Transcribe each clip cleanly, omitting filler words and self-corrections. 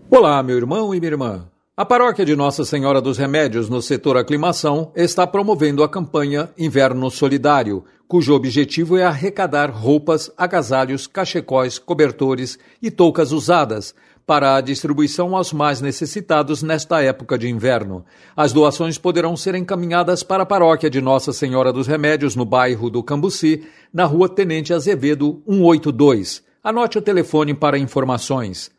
Olá, meu irmão e minha irmã. A paróquia de Nossa Senhora dos Remédios, no setor Aclimação, está promovendo a campanha Inverno Solidário, cujo objetivo é arrecadar roupas, agasalhos, cachecóis, cobertores e toucas usadas para a distribuição aos mais necessitados nesta época de inverno. As doações poderão ser encaminhadas para a paróquia de Nossa Senhora dos Remédios, no bairro do Cambuci, na rua Tenente Azevedo, 182. Anote o telefone para informações: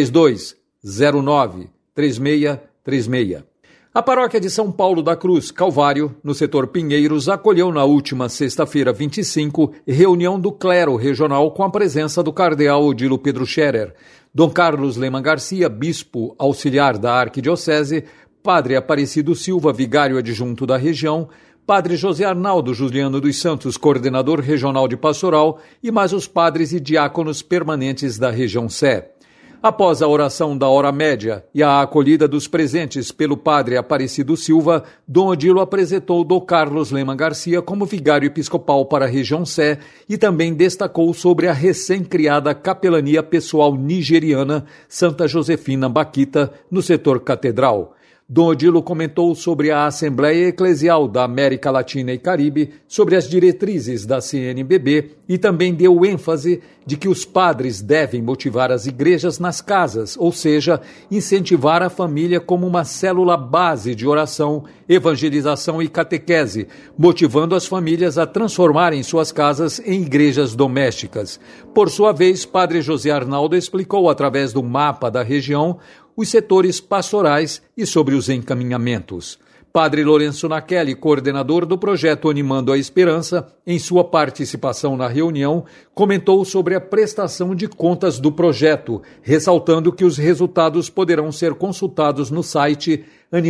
3209-3636. A paróquia de São Paulo da Cruz, Calvário, no setor Pinheiros, acolheu na última sexta-feira 25 reunião do clero regional com a presença do cardeal Odilo Pedro Scherer, Dom Carlos Leman Garcia, bispo auxiliar da arquidiocese, padre Aparecido Silva, vigário adjunto da região, padre José Arnaldo Juliano dos Santos, coordenador regional de pastoral, e mais os padres e diáconos permanentes da região Sé. Após a oração da hora média e a acolhida dos presentes pelo padre Aparecido Silva, Dom Odilo apresentou Dom Carlos Leman Garcia como vigário episcopal para a região Sé e também destacou sobre a recém-criada capelania pessoal nigeriana Santa Josefina Baquita, no setor catedral. Dom Odilo comentou sobre a Assembleia Eclesial da América Latina e Caribe, sobre as diretrizes da CNBB e também deu ênfase de que os padres devem motivar as igrejas nas casas, ou seja, incentivar a família como uma célula base de oração, evangelização e catequese, motivando as famílias a transformarem suas casas em igrejas domésticas. Por sua vez, padre José Arnaldo explicou através do mapa da região os setores pastorais e sobre os encaminhamentos. Padre Lourenço Nakeli, coordenador do projeto Animando a Esperança, em sua participação na reunião, comentou sobre a prestação de contas do projeto, ressaltando que os resultados poderão ser consultados no site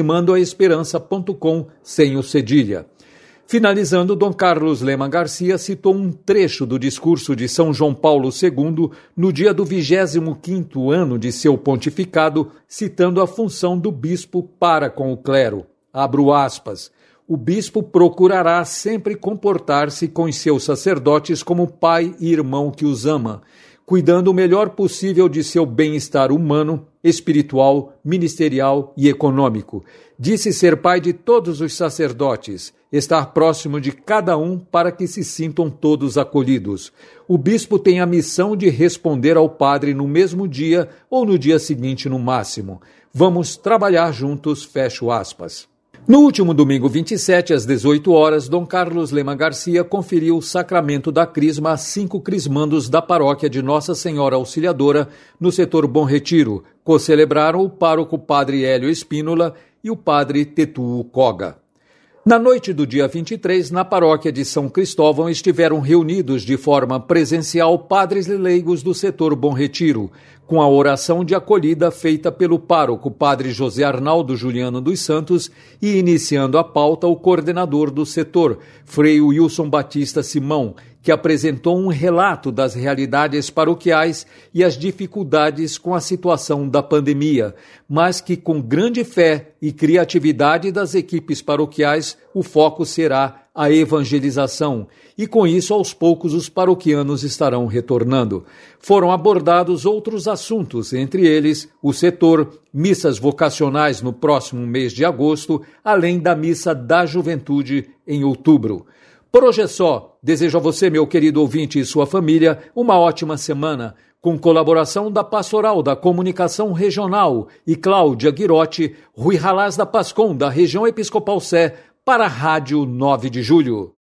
animandoaesperança.com, sem o cedilha. Finalizando, Dom Carlos Leman Garcia citou um trecho do discurso de São João Paulo II no dia do 25º ano de seu pontificado, citando a função do bispo para com o clero. Abro aspas. O bispo procurará sempre comportar-se com os seus sacerdotes como pai e irmão que os ama, cuidando o melhor possível de seu bem-estar humano, espiritual, ministerial e econômico. Disse ser pai de todos os sacerdotes, estar próximo de cada um para que se sintam todos acolhidos. O bispo tem a missão de responder ao padre no mesmo dia ou no dia seguinte no máximo. Vamos trabalhar juntos, fecho aspas. No último domingo 27, às 18 horas, Dom Carlos Leman Garcia conferiu o sacramento da crisma a 5 crismandos da paróquia de Nossa Senhora Auxiliadora, no setor Bom Retiro. Co-celebraram o pároco padre Hélio Espínola e o padre Tetuo Koga. Na noite do dia 23, na paróquia de São Cristóvão, estiveram reunidos de forma presencial padres e leigos do setor Bom Retiro, com a oração de acolhida feita pelo pároco padre José Arnaldo Juliano dos Santos e iniciando a pauta o coordenador do setor, Frei Wilson Batista Simão, que apresentou um relato das realidades paroquiais e as dificuldades com a situação da pandemia, mas que com grande fé e criatividade das equipes paroquiais, o foco será a evangelização, e com isso aos poucos os paroquianos estarão retornando. Foram abordados outros assuntos, entre eles o setor, missas vocacionais no próximo mês de agosto, além da missa da juventude em outubro. Por hoje é só. Desejo a você, meu querido ouvinte e sua família, uma ótima semana, com colaboração da Pastoral da Comunicação Regional e Cláudia Guirotti, Rui Halás da Pascom, da Região Episcopal Sé, para a Rádio 9 de Julho.